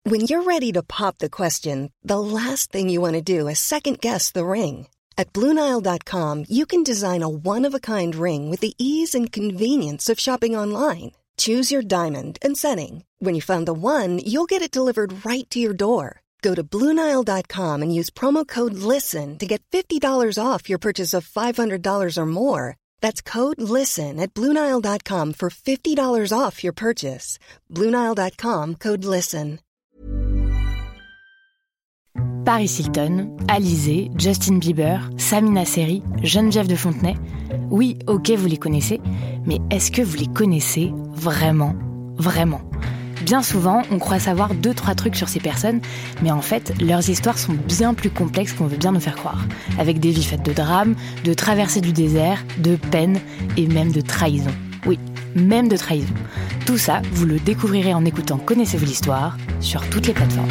When you're ready to pop the question, the last thing you want to do is second-guess the ring. At BlueNile.com, you can design a one-of-a-kind ring with the ease and convenience of shopping online. Choose your diamond and setting. When you find the one, you'll get it delivered right to your door. Go to BlueNile.com and use promo code LISTEN to get $50 off your purchase of $500 or more. That's code LISTEN at BlueNile.com for $50 off your purchase. BlueNile.com, code LISTEN. Paris Hilton, Alizée, Justin Bieber, Samina Seri, Geneviève de Fontenay. Oui, ok, vous les connaissez, mais est-ce que vous les connaissez vraiment ? Vraiment ? Bien souvent, on croit savoir 2-3 trucs sur ces personnes, mais en fait, leurs histoires sont bien plus complexes qu'on veut bien nous faire croire. Avec des vies faites de drames, de traversées du désert, de peine et même de trahison. Oui, même de trahison. Tout ça, vous le découvrirez en écoutant Connaissez-vous l'histoire sur toutes les plateformes.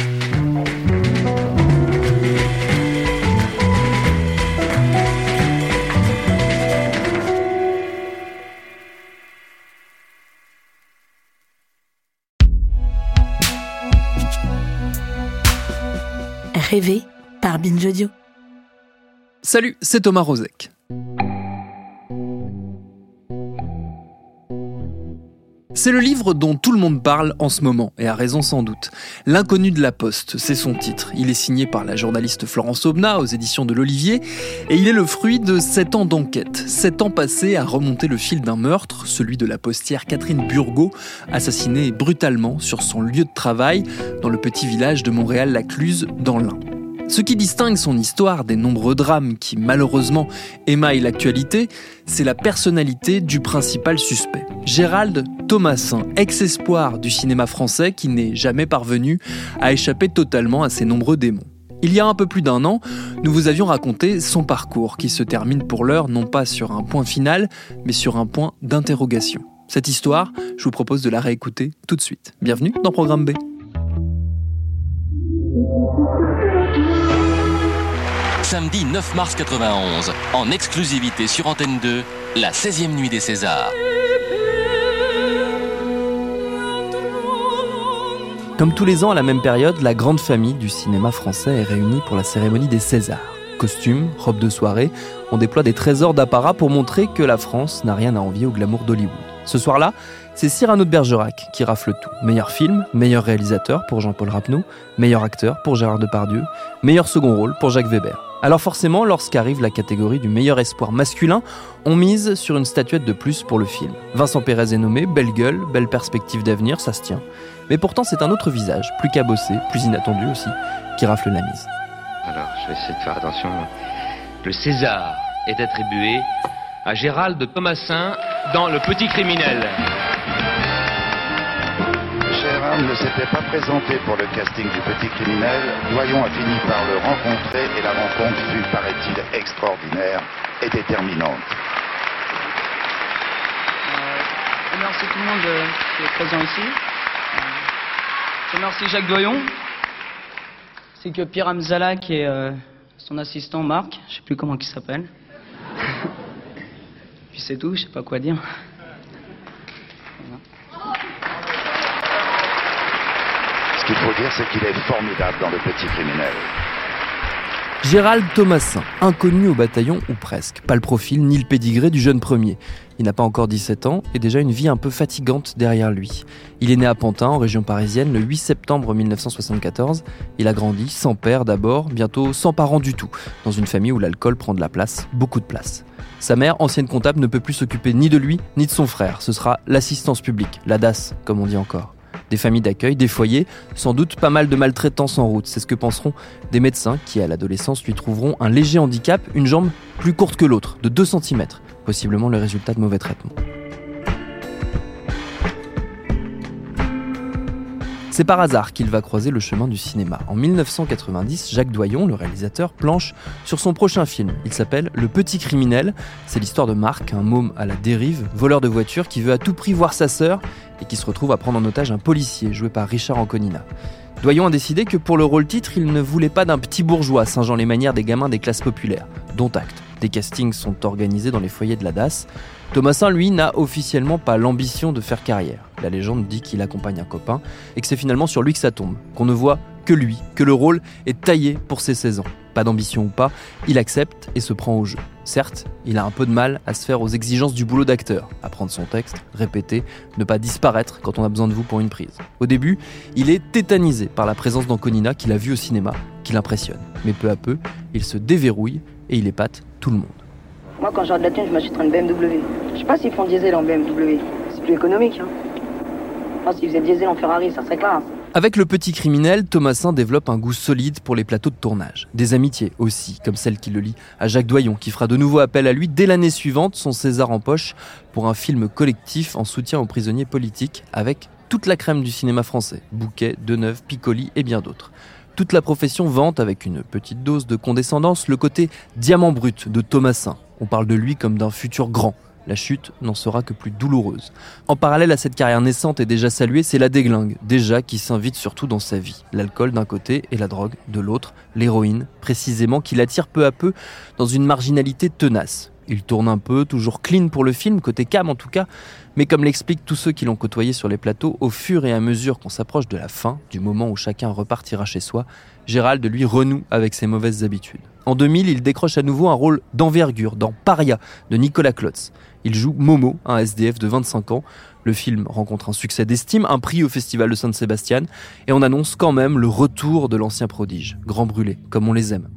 Rêvé par Binge Audio. Salut, c'est Thomas Rozek. C'est le livre dont tout le monde parle en ce moment, et a raison sans doute. L'inconnu de la Poste, c'est son titre. Il est signé par la journaliste Florence Aubenas aux éditions de l'Olivier, et il est le fruit de 7 ans d'enquête. 7 ans passés à remonter le fil d'un meurtre, celui de la postière Catherine Burgot, assassinée brutalement sur son lieu de travail, dans le petit village de Montréal-la-Cluse, dans l'Ain. Ce qui distingue son histoire des nombreux drames qui, malheureusement, émaillent l'actualité, c'est la personnalité du principal suspect. Gérald Thomassin, ex-espoir du cinéma français qui n'est jamais parvenu à échapper totalement à ses nombreux démons. Il y a un peu plus d'1 an, nous vous avions raconté son parcours qui se termine pour l'heure non pas sur un point final, mais sur un point d'interrogation. Cette histoire, je vous propose de la réécouter tout de suite. Bienvenue dans Programme B. Samedi 9 mars 91, en exclusivité sur Antenne 2, la 16e nuit des Césars. Comme tous les ans à la même période, la grande famille du cinéma français est réunie pour la cérémonie des Césars. Costumes, robes de soirée, on déploie des trésors d'apparat pour montrer que la France n'a rien à envier au glamour d'Hollywood. Ce soir-là, c'est Cyrano de Bergerac qui rafle tout. Meilleur film, meilleur réalisateur pour Jean-Paul Rapneau, meilleur acteur pour Gérard Depardieu, meilleur second rôle pour Jacques Weber. Alors forcément, lorsqu'arrive la catégorie du meilleur espoir masculin, on mise sur une statuette de plus pour le film. Vincent Pérez est nommé, belle gueule, belle perspective d'avenir, ça se tient. Mais pourtant, c'est un autre visage, plus cabossé, plus inattendu aussi, qui rafle la mise. Alors, je vais essayer de faire attention. Le César est attribué à Gérald Thomassin dans Le Petit Criminel. Gérald ne s'était pas présenté pour le casting du Petit Criminel. Doyon a fini par le rencontrer et la rencontre fut, paraît-il, extraordinaire et déterminante. Je remercie tout le monde qui est présent ici. Je remercie Jacques Doyon, c'est que Pierre Hamzala qui est son assistant Marc, je sais plus comment il s'appelle. Puis c'est tout, je sais pas quoi dire. Ce qu'il faut dire, c'est qu'il est formidable dans Le Petit Criminel. Gérald Thomassin, inconnu au bataillon ou presque. Pas le profil ni le pédigré du jeune premier. Il n'a pas encore 17 ans et déjà une vie un peu fatigante derrière lui. Il est né à Pantin, en région parisienne, le 8 septembre 1974. Il a grandi sans père d'abord, bientôt sans parents du tout, dans une famille où l'alcool prend de la place, beaucoup de place. Sa mère, ancienne comptable, ne peut plus s'occuper ni de lui, ni de son frère. Ce sera l'assistance publique, la DAS, comme on dit encore. Des familles d'accueil, des foyers, sans doute pas mal de maltraitance en route. C'est ce que penseront des médecins qui, à l'adolescence, lui trouveront un léger handicap, une jambe plus courte que l'autre, de 2 cm, possiblement le résultat de mauvais traitements. C'est par hasard qu'il va croiser le chemin du cinéma. En 1990, Jacques Doyon, le réalisateur, planche sur son prochain film. Il s'appelle Le Petit Criminel. C'est l'histoire de Marc, un môme à la dérive, voleur de voiture qui veut à tout prix voir sa sœur et qui se retrouve à prendre en otage un policier joué par Richard Anconina. Doyon a décidé que pour le rôle titre, il ne voulait pas d'un petit bourgeois singeant les manières des gamins des classes populaires. Dont acte. Les castings sont organisés dans les foyers de la DAS. Thomassin, lui, n'a officiellement pas l'ambition de faire carrière. La légende dit qu'il accompagne un copain et que c'est finalement sur lui que ça tombe, qu'on ne voit que lui, que le rôle est taillé pour ses 16 ans. Pas d'ambition ou pas, il accepte et se prend au jeu. Certes, il a un peu de mal à se faire aux exigences du boulot d'acteur, apprendre son texte, répéter, ne pas disparaître quand on a besoin de vous pour une prise. Au début, il est tétanisé par la présence d'Anconina qu'il a vue au cinéma, qui l'impressionne. Mais peu à peu, il se déverrouille et il épate tout le monde. Moi, quand j'aurai de la thune, je m'achèterai une BMW. Je sais pas s'ils font diesel en BMW. C'est plus économique, hein. Enfin, s'ils faisaient diesel en Ferrari, ça serait classe. Avec Le Petit Criminel, Thomassin développe un goût solide pour les plateaux de tournage. Des amitiés aussi, comme celle qui le lie à Jacques Doyon, qui fera de nouveau appel à lui dès l'année suivante, son César en poche, pour un film collectif en soutien aux prisonniers politiques, avec toute la crème du cinéma français, Bouquet, Deneuve, Piccoli et bien d'autres. Toute la profession vante, avec une petite dose de condescendance, le côté diamant brut de Thomassin. On parle de lui comme d'un futur grand. La chute n'en sera que plus douloureuse. En parallèle à cette carrière naissante et déjà saluée, c'est la déglingue, déjà qui s'invite surtout dans sa vie. L'alcool d'un côté et la drogue de l'autre, l'héroïne précisément, qui l'attire peu à peu dans une marginalité tenace. Il tourne un peu, toujours clean pour le film, côté cam en tout cas, mais comme l'expliquent tous ceux qui l'ont côtoyé sur les plateaux, au fur et à mesure qu'on s'approche de la fin, du moment où chacun repartira chez soi, Gérald, lui, renoue avec ses mauvaises habitudes. En 2000, il décroche à nouveau un rôle d'envergure dans Paria de Nicolas Klotz. Il joue Momo, un SDF de 25 ans. Le film rencontre un succès d'estime, un prix au Festival de San-Sébastien, et on annonce quand même le retour de l'ancien prodige, grand brûlé, comme on les aime.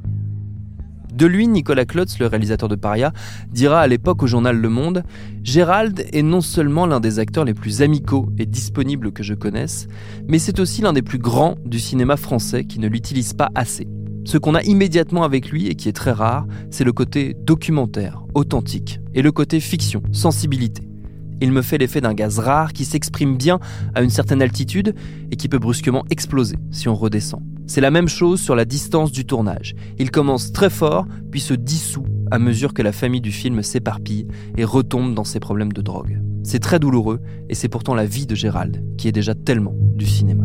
De lui, Nicolas Klotz, le réalisateur de Paria, dira à l'époque au journal Le Monde « Gérald est non seulement l'un des acteurs les plus amicaux et disponibles que je connaisse, mais c'est aussi l'un des plus grands du cinéma français qui ne l'utilise pas assez. Ce qu'on a immédiatement avec lui, et qui est très rare, c'est le côté documentaire, authentique, et le côté fiction, sensibilité. Il me fait l'effet d'un gaz rare qui s'exprime bien à une certaine altitude et qui peut brusquement exploser si on redescend. C'est la même chose sur la distance du tournage. Il commence très fort, puis se dissout à mesure que la famille du film s'éparpille et retombe dans ses problèmes de drogue. C'est très douloureux, et c'est pourtant la vie de Gérald, qui est déjà tellement du cinéma.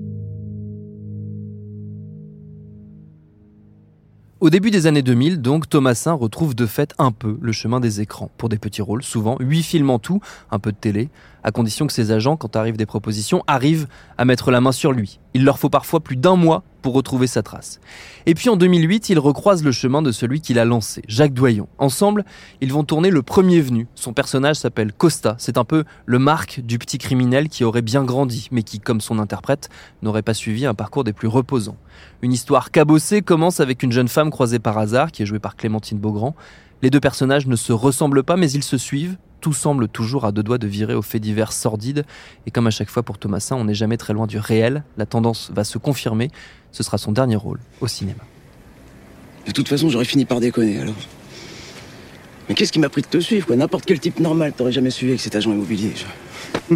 Au début des années 2000, donc, Thomassin retrouve de fait un peu le chemin des écrans. Pour des petits rôles, souvent 8 films en tout, un peu de télé, à condition que ses agents, quand arrivent des propositions, arrivent à mettre la main sur lui. Il leur faut parfois plus d'1 mois pour retrouver sa trace. Et puis en 2008, il recroise le chemin de celui qui l'a lancé, Jacques Doyon. Ensemble, ils vont tourner Le Premier Venu. Son personnage s'appelle Costa. C'est un peu le Marc du petit criminel qui aurait bien grandi, mais qui, comme son interprète, n'aurait pas suivi un parcours des plus reposants. Une histoire cabossée commence avec une jeune femme croisée par hasard, qui est jouée par Clémentine Beaugrand. Les deux personnages ne se ressemblent pas, mais ils se suivent. Tout semble toujours à 2 doigts de virer aux faits divers sordides. Et comme à chaque fois pour Thomassin, on n'est jamais très loin du réel. La tendance va se confirmer. Ce sera son dernier rôle au cinéma. De toute façon, j'aurais fini par déconner, alors. Mais qu'est-ce qui m'a pris de te suivre, quoi? N'importe quel type normal t'aurais jamais suivi avec cet agent immobilier. Oh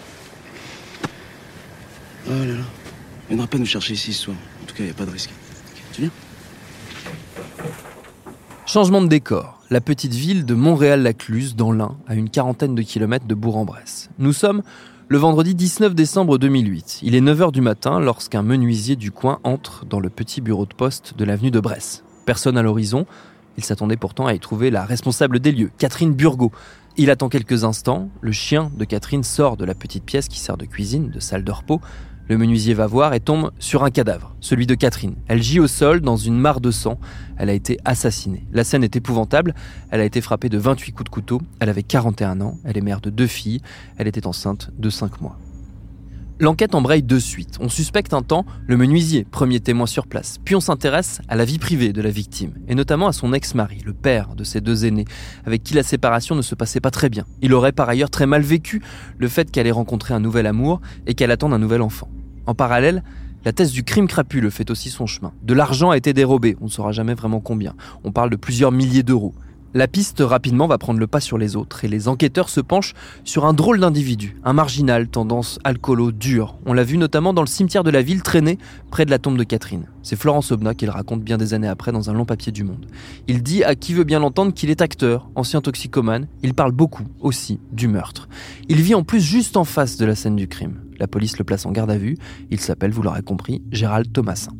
là là. Il viendra pas nous chercher ici ce soir. En tout cas, il n'y a pas de risque. Tu viens? Changement de décor. La petite ville de Montréal-Lacluse, dans l'Ain, à une 40aine de kilomètres de Bourg-en-Bresse. Nous sommes le vendredi 19 décembre 2008. Il est 9h du matin lorsqu'un menuisier du coin entre dans le petit bureau de poste de l'avenue de Bresse. Personne à l'horizon. Il s'attendait pourtant à y trouver la responsable des lieux, Catherine Burgot. Il attend quelques instants. Le chien de Catherine sort de la petite pièce qui sert de cuisine, de salle de repos. Le menuisier va voir et tombe sur un cadavre, celui de Catherine. Elle gît au sol dans une mare de sang. Elle a été assassinée. La scène est épouvantable. Elle a été frappée de 28 coups de couteau. Elle avait 41 ans. Elle est mère de 2 filles. Elle était enceinte de 5 mois. L'enquête embraye de suite. On suspecte un temps le menuisier, premier témoin sur place. Puis on s'intéresse à la vie privée de la victime, et notamment à son ex-mari, le père de ses 2 aînés, avec qui la séparation ne se passait pas très bien. Il aurait par ailleurs très mal vécu le fait qu'elle ait rencontré un nouvel amour et qu'elle attende un nouvel enfant. En parallèle, la thèse du crime crapuleux fait aussi son chemin. De l'argent a été dérobé, on ne saura jamais vraiment combien. On parle de plusieurs milliers d'euros. La piste rapidement va prendre le pas sur les autres et les enquêteurs se penchent sur un drôle d'individu, un marginal, tendance alcoolo dure. On l'a vu notamment dans le cimetière de la ville traîné près de la tombe de Catherine. C'est Florence Aubenas qui le raconte bien des années après dans un long papier du Monde. Il dit à qui veut bien l'entendre qu'il est acteur, ancien toxicomane. Il parle beaucoup aussi du meurtre. Il vit en plus juste en face de la scène du crime. La police le place en garde à vue. Il s'appelle, vous l'aurez compris, Gérald Thomassin.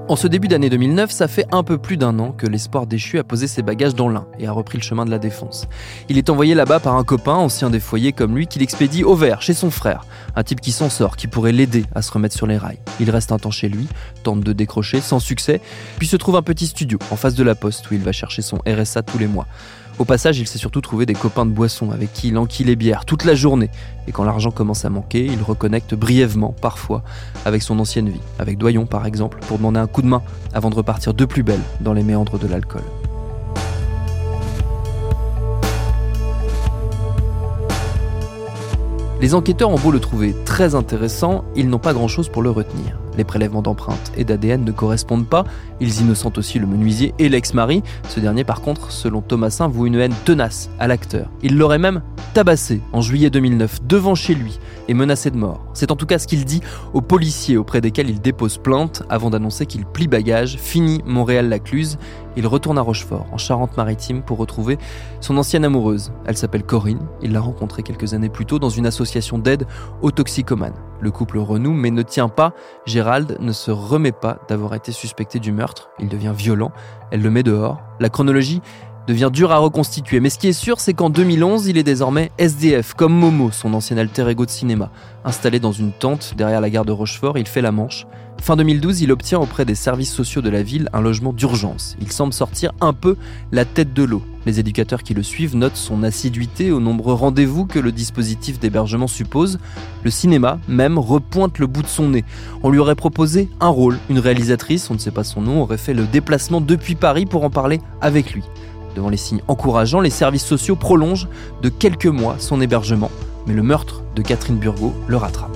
En ce début d'année 2009, ça fait un peu plus d'1 an que l'espoir déchu a posé ses bagages dans l'Ain et a repris le chemin de la Défense. Il est envoyé là-bas par un copain, ancien des foyers comme lui, qui l'expédie au vert, chez son frère. Un type qui s'en sort, qui pourrait l'aider à se remettre sur les rails. Il reste un temps chez lui, tente de décrocher, sans succès, puis se trouve un petit studio, en face de la poste, où il va chercher son RSA tous les mois. Au passage, il s'est surtout trouvé des copains de boisson avec qui il enquille les bières toute la journée. Et quand l'argent commence à manquer, il reconnecte brièvement, parfois, avec son ancienne vie, avec Doyon par exemple, pour demander un coup de main avant de repartir de plus belle dans les méandres de l'alcool. Les enquêteurs ont beau le trouver très intéressant, ils n'ont pas grand-chose pour le retenir. Les prélèvements d'empreintes et d'ADN ne correspondent pas, ils innocentent aussi le menuisier et l'ex-mari. Ce dernier par contre, selon Thomassin, voue une haine tenace à l'acteur. Il l'aurait même tabassé en juillet 2009 devant chez lui et menacé de mort. C'est en tout cas ce qu'il dit aux policiers auprès desquels il dépose plainte avant d'annoncer qu'il plie bagages, finit Montréal-Lacluse. Il retourne à Rochefort, en Charente-Maritime, pour retrouver son ancienne amoureuse. Elle s'appelle Corinne, il l'a rencontrée quelques années plus tôt dans une association d'aide aux toxicomanes. Le couple renoue mais ne tient pas. Gérald ne se remet pas d'avoir été suspecté du meurtre. Il devient violent, elle le met dehors. La chronologie devient dure à reconstituer. Mais ce qui est sûr, c'est qu'en 2011, il est désormais SDF, comme Momo, son ancien alter ego de cinéma. Installé dans une tente derrière la gare de Rochefort, il fait la manche. Fin 2012, il obtient auprès des services sociaux de la ville un logement d'urgence. Il semble sortir un peu la tête de l'eau. Les éducateurs qui le suivent notent son assiduité aux nombreux rendez-vous que le dispositif d'hébergement suppose. Le cinéma, même, repointe le bout de son nez. On lui aurait proposé un rôle. Une réalisatrice, on ne sait pas son nom, aurait fait le déplacement depuis Paris pour en parler avec lui. Devant les signes encourageants, les services sociaux prolongent de quelques mois son hébergement. Mais le meurtre de Catherine Burgot le rattrape.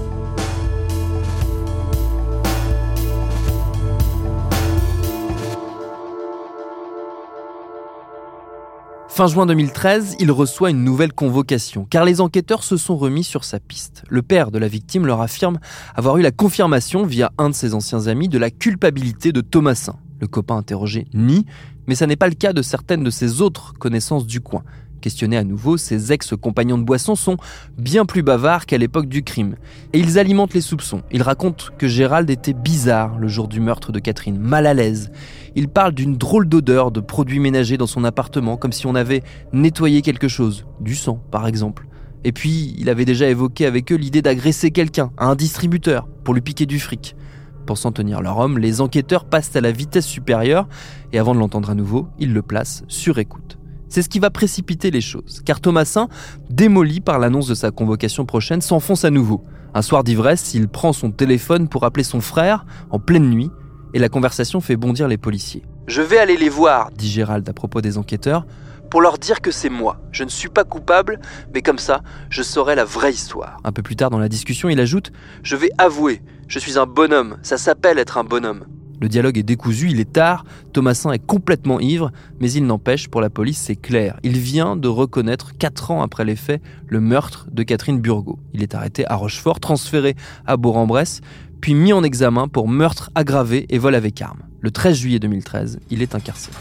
Fin juin 2013, il reçoit une nouvelle convocation, car les enquêteurs se sont remis sur sa piste. Le père de la victime leur affirme avoir eu la confirmation, via un de ses anciens amis, de la culpabilité de Thomassin. Le copain interrogé nie, mais ça n'est pas le cas de certaines de ses autres connaissances du coin. Questionnés à nouveau, ses ex-compagnons de boisson sont bien plus bavards qu'à l'époque du crime. Et ils alimentent les soupçons. Ils racontent que Gérald était bizarre le jour du meurtre de Catherine, mal à l'aise. Il parle d'une drôle d'odeur de produits ménagers dans son appartement, comme si on avait nettoyé quelque chose, du sang par exemple. Et puis, il avait déjà évoqué avec eux l'idée d'agresser quelqu'un, à un distributeur, pour lui piquer du fric. Pensant tenir leur homme, les enquêteurs passent à la vitesse supérieure et avant de l'entendre à nouveau, ils le placent sur écoute. C'est ce qui va précipiter les choses, car Thomassin, démoli par l'annonce de sa convocation prochaine, s'enfonce à nouveau. Un soir d'ivresse, il prend son téléphone pour appeler son frère en pleine nuit et la conversation fait bondir les policiers. « Je vais aller les voir », dit Gérald à propos des enquêteurs, « pour leur dire que c'est moi. Je ne suis pas coupable, mais comme ça, je saurai la vraie histoire. » Un peu plus tard dans la discussion, il ajoute « Je vais avouer, je suis un bonhomme, ça s'appelle être un bonhomme. » Le dialogue est décousu, il est tard, Thomassin est complètement ivre, mais il n'empêche, pour la police, c'est clair. Il vient de reconnaître, 4 ans après les faits, le meurtre de Catherine Burgot. Il est arrêté à Rochefort, transféré à Bourg-en-Bresse, puis mis en examen pour meurtre aggravé et vol avec arme. Le 13 juillet 2013, il est incarcéré.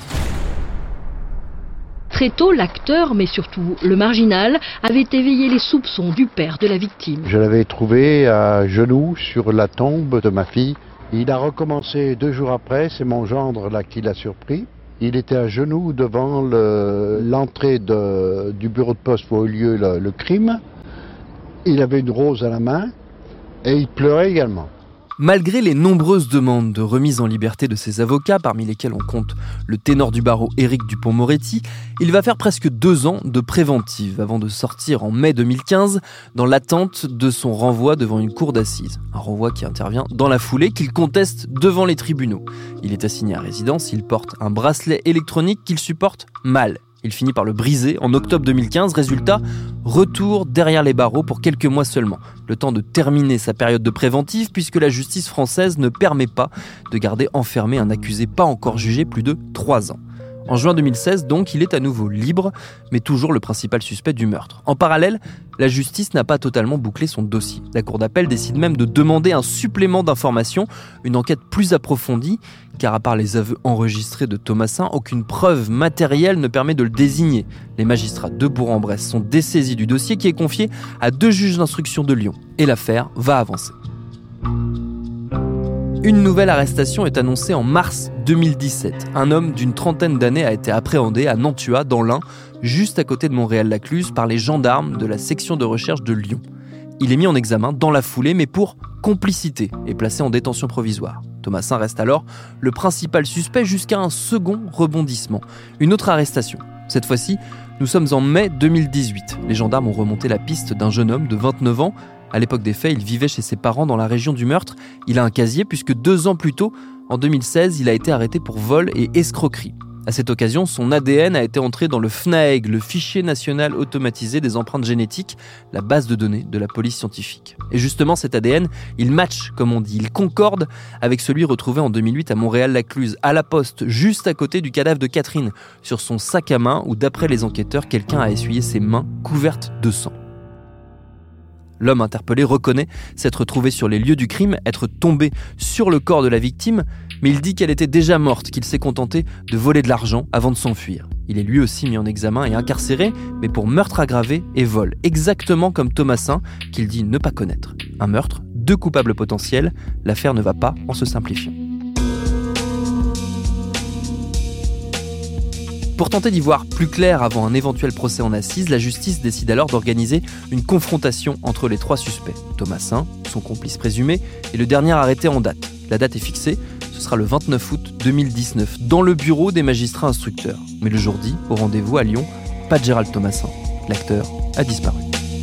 Très tôt, l'acteur, mais surtout le marginal, avait éveillé les soupçons du père de la victime. Je l'avais trouvé à genoux sur la tombe de ma fille. Il a recommencé 2 jours après, c'est mon gendre là qui l'a surpris. Il était à genoux devant l'entrée du bureau de poste où a eu lieu le crime. Il avait une rose à la main et il pleurait également. Malgré les nombreuses demandes de remise en liberté de ses avocats, parmi lesquels on compte le ténor du barreau Éric Dupond-Moretti, il va faire presque 2 ans de préventive avant de sortir en mai 2015 dans l'attente de son renvoi devant une cour d'assises. Un renvoi qui intervient dans la foulée, qu'il conteste devant les tribunaux. Il est assigné à résidence, il porte un bracelet électronique qu'il supporte mal. Il finit par le briser en octobre 2015. Résultat, retour derrière les barreaux pour quelques mois seulement. Le temps de terminer sa période de préventive puisque la justice française ne permet pas de garder enfermé un accusé pas encore jugé plus de 3 ans. En juin 2016, donc, il est à nouveau libre, mais toujours le principal suspect du meurtre. En parallèle, la justice n'a pas totalement bouclé son dossier. La cour d'appel décide même de demander un supplément d'informations, une enquête plus approfondie, car à part les aveux enregistrés de Thomassin, aucune preuve matérielle ne permet de le désigner. Les magistrats de Bourg-en-Bresse sont dessaisis du dossier qui est confié à 2 juges d'instruction de Lyon. Et l'affaire va avancer. Une nouvelle arrestation est annoncée en mars 2017. Un homme d'une trentaine d'années a été appréhendé à Nantua, dans l'Ain, juste à côté de Montréal-Lacluse, par les gendarmes de la section de recherche de Lyon. Il est mis en examen dans la foulée, mais pour complicité, et placé en détention provisoire. Thomassin reste alors le principal suspect jusqu'à un second rebondissement. Une autre arrestation. Cette fois-ci, nous sommes en mai 2018. Les gendarmes ont remonté la piste d'un jeune homme de 29 ans. À l'époque des faits, il vivait chez ses parents dans la région du meurtre. Il a un casier puisque 2 ans plus tôt, en 2016, il a été arrêté pour vol et escroquerie. À cette occasion, son ADN a été entré dans le FNAEG, le fichier national automatisé des empreintes génétiques, la base de données de la police scientifique. Et justement, cet ADN, il match, comme on dit, il concorde avec celui retrouvé en 2008 à Montréal-Lacluse, à la poste, juste à côté du cadavre de Catherine, sur son sac à main où, d'après les enquêteurs, quelqu'un a essuyé ses mains couvertes de sang. L'homme interpellé reconnaît s'être trouvé sur les lieux du crime, être tombé sur le corps de la victime, mais il dit qu'elle était déjà morte, qu'il s'est contenté de voler de l'argent avant de s'enfuir. Il est lui aussi mis en examen et incarcéré, mais pour meurtre aggravé et vol, exactement comme Thomassin, qu'il dit ne pas connaître. Un meurtre, 2 coupables potentiels, l'affaire ne va pas en se simplifiant. Pour tenter d'y voir plus clair avant un éventuel procès en assises, la justice décide alors d'organiser une confrontation entre les 3 suspects. Thomassin, son complice présumé, et le dernier arrêté en date. La date est fixée, ce sera le 29 août 2019, dans le bureau des magistrats instructeurs. Mais le jour dit, au rendez-vous à Lyon, pas de Gérald Thomassin. L'acteur a disparu.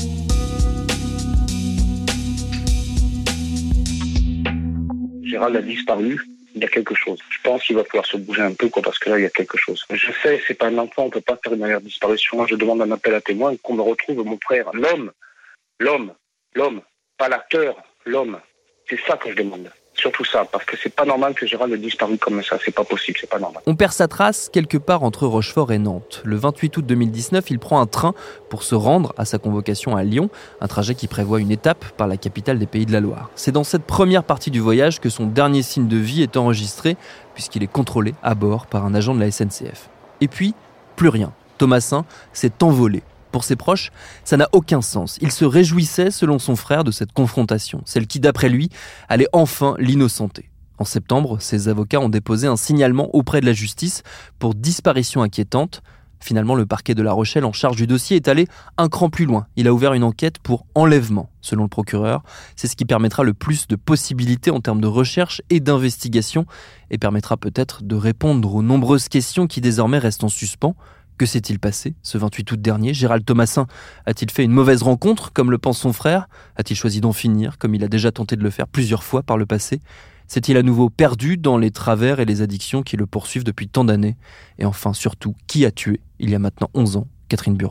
Gérald a disparu. Il y a quelque chose. Je pense qu'il va falloir se bouger un peu, parce que là, il y a quelque chose. Je sais, c'est pas un enfant, on peut pas faire une manière de disparition. Moi, je demande un appel à témoins, qu'on me retrouve mon frère. L'homme, pas l'acteur, l'homme. C'est ça que je demande. Surtout ça, parce que c'est pas normal que Gérald ait disparu comme ça. C'est pas possible, c'est pas normal. On perd sa trace quelque part entre Rochefort et Nantes. Le 28 août 2019, il prend un train pour se rendre à sa convocation à Lyon, un trajet qui prévoit une étape par la capitale des Pays de la Loire. C'est dans cette première partie du voyage que son dernier signe de vie est enregistré, puisqu'il est contrôlé à bord par un agent de la SNCF. Et puis, plus rien. Thomassin s'est envolé. Pour ses proches, ça n'a aucun sens. Il se réjouissait, selon son frère, de cette confrontation, celle qui, d'après lui, allait enfin l'innocenter. En septembre, ses avocats ont déposé un signalement auprès de la justice pour disparition inquiétante. Finalement, le parquet de La Rochelle en charge du dossier est allé un cran plus loin. Il a ouvert une enquête pour enlèvement, selon le procureur. C'est ce qui permettra le plus de possibilités en termes de recherche et d'investigation et permettra peut-être de répondre aux nombreuses questions qui désormais restent en suspens. Que s'est-il passé ce 28 août dernier ? Gérald Thomassin a-t-il fait une mauvaise rencontre, comme le pense son frère ? A-t-il choisi d'en finir, comme il a déjà tenté de le faire plusieurs fois par le passé ? S'est-il à nouveau perdu dans les travers et les addictions qui le poursuivent depuis tant d'années ? Et enfin, surtout, qui a tué, il y a maintenant 11 ans, Catherine Burgot ?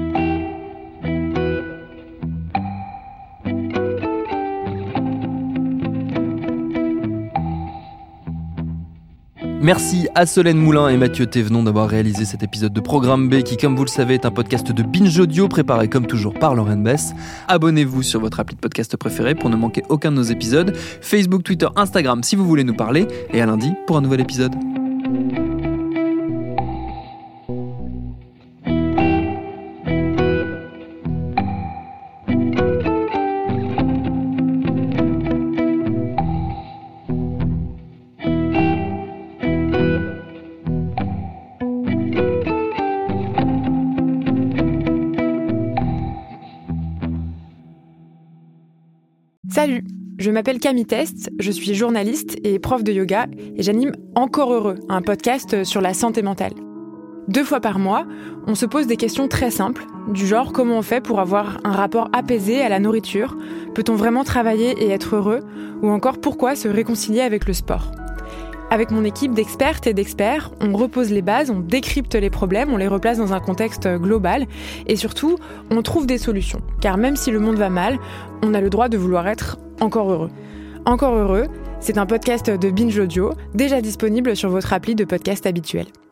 Merci à Solène Moulin et Mathieu Thévenon d'avoir réalisé cet épisode de Programme B qui, comme vous le savez, est un podcast de Binge Audio préparé comme toujours par Lauren Bess. Abonnez-vous sur votre appli de podcast préféré pour ne manquer aucun de nos épisodes. Facebook, Twitter, Instagram si vous voulez nous parler. Et à lundi pour un nouvel épisode. Salut, je m'appelle Camille Test, je suis journaliste et prof de yoga et j'anime Encore Heureux, un podcast sur la santé mentale. 2 fois par mois, on se pose des questions très simples, du genre comment on fait pour avoir un rapport apaisé à la nourriture, peut-on vraiment travailler et être heureux, ou encore pourquoi se réconcilier avec le sport. Avec mon équipe d'expertes et d'experts, on repose les bases, on décrypte les problèmes, on les replace dans un contexte global et surtout, on trouve des solutions. Car même si le monde va mal, on a le droit de vouloir être encore heureux. Encore Heureux, c'est un podcast de Binge Audio, déjà disponible sur votre appli de podcast habituel.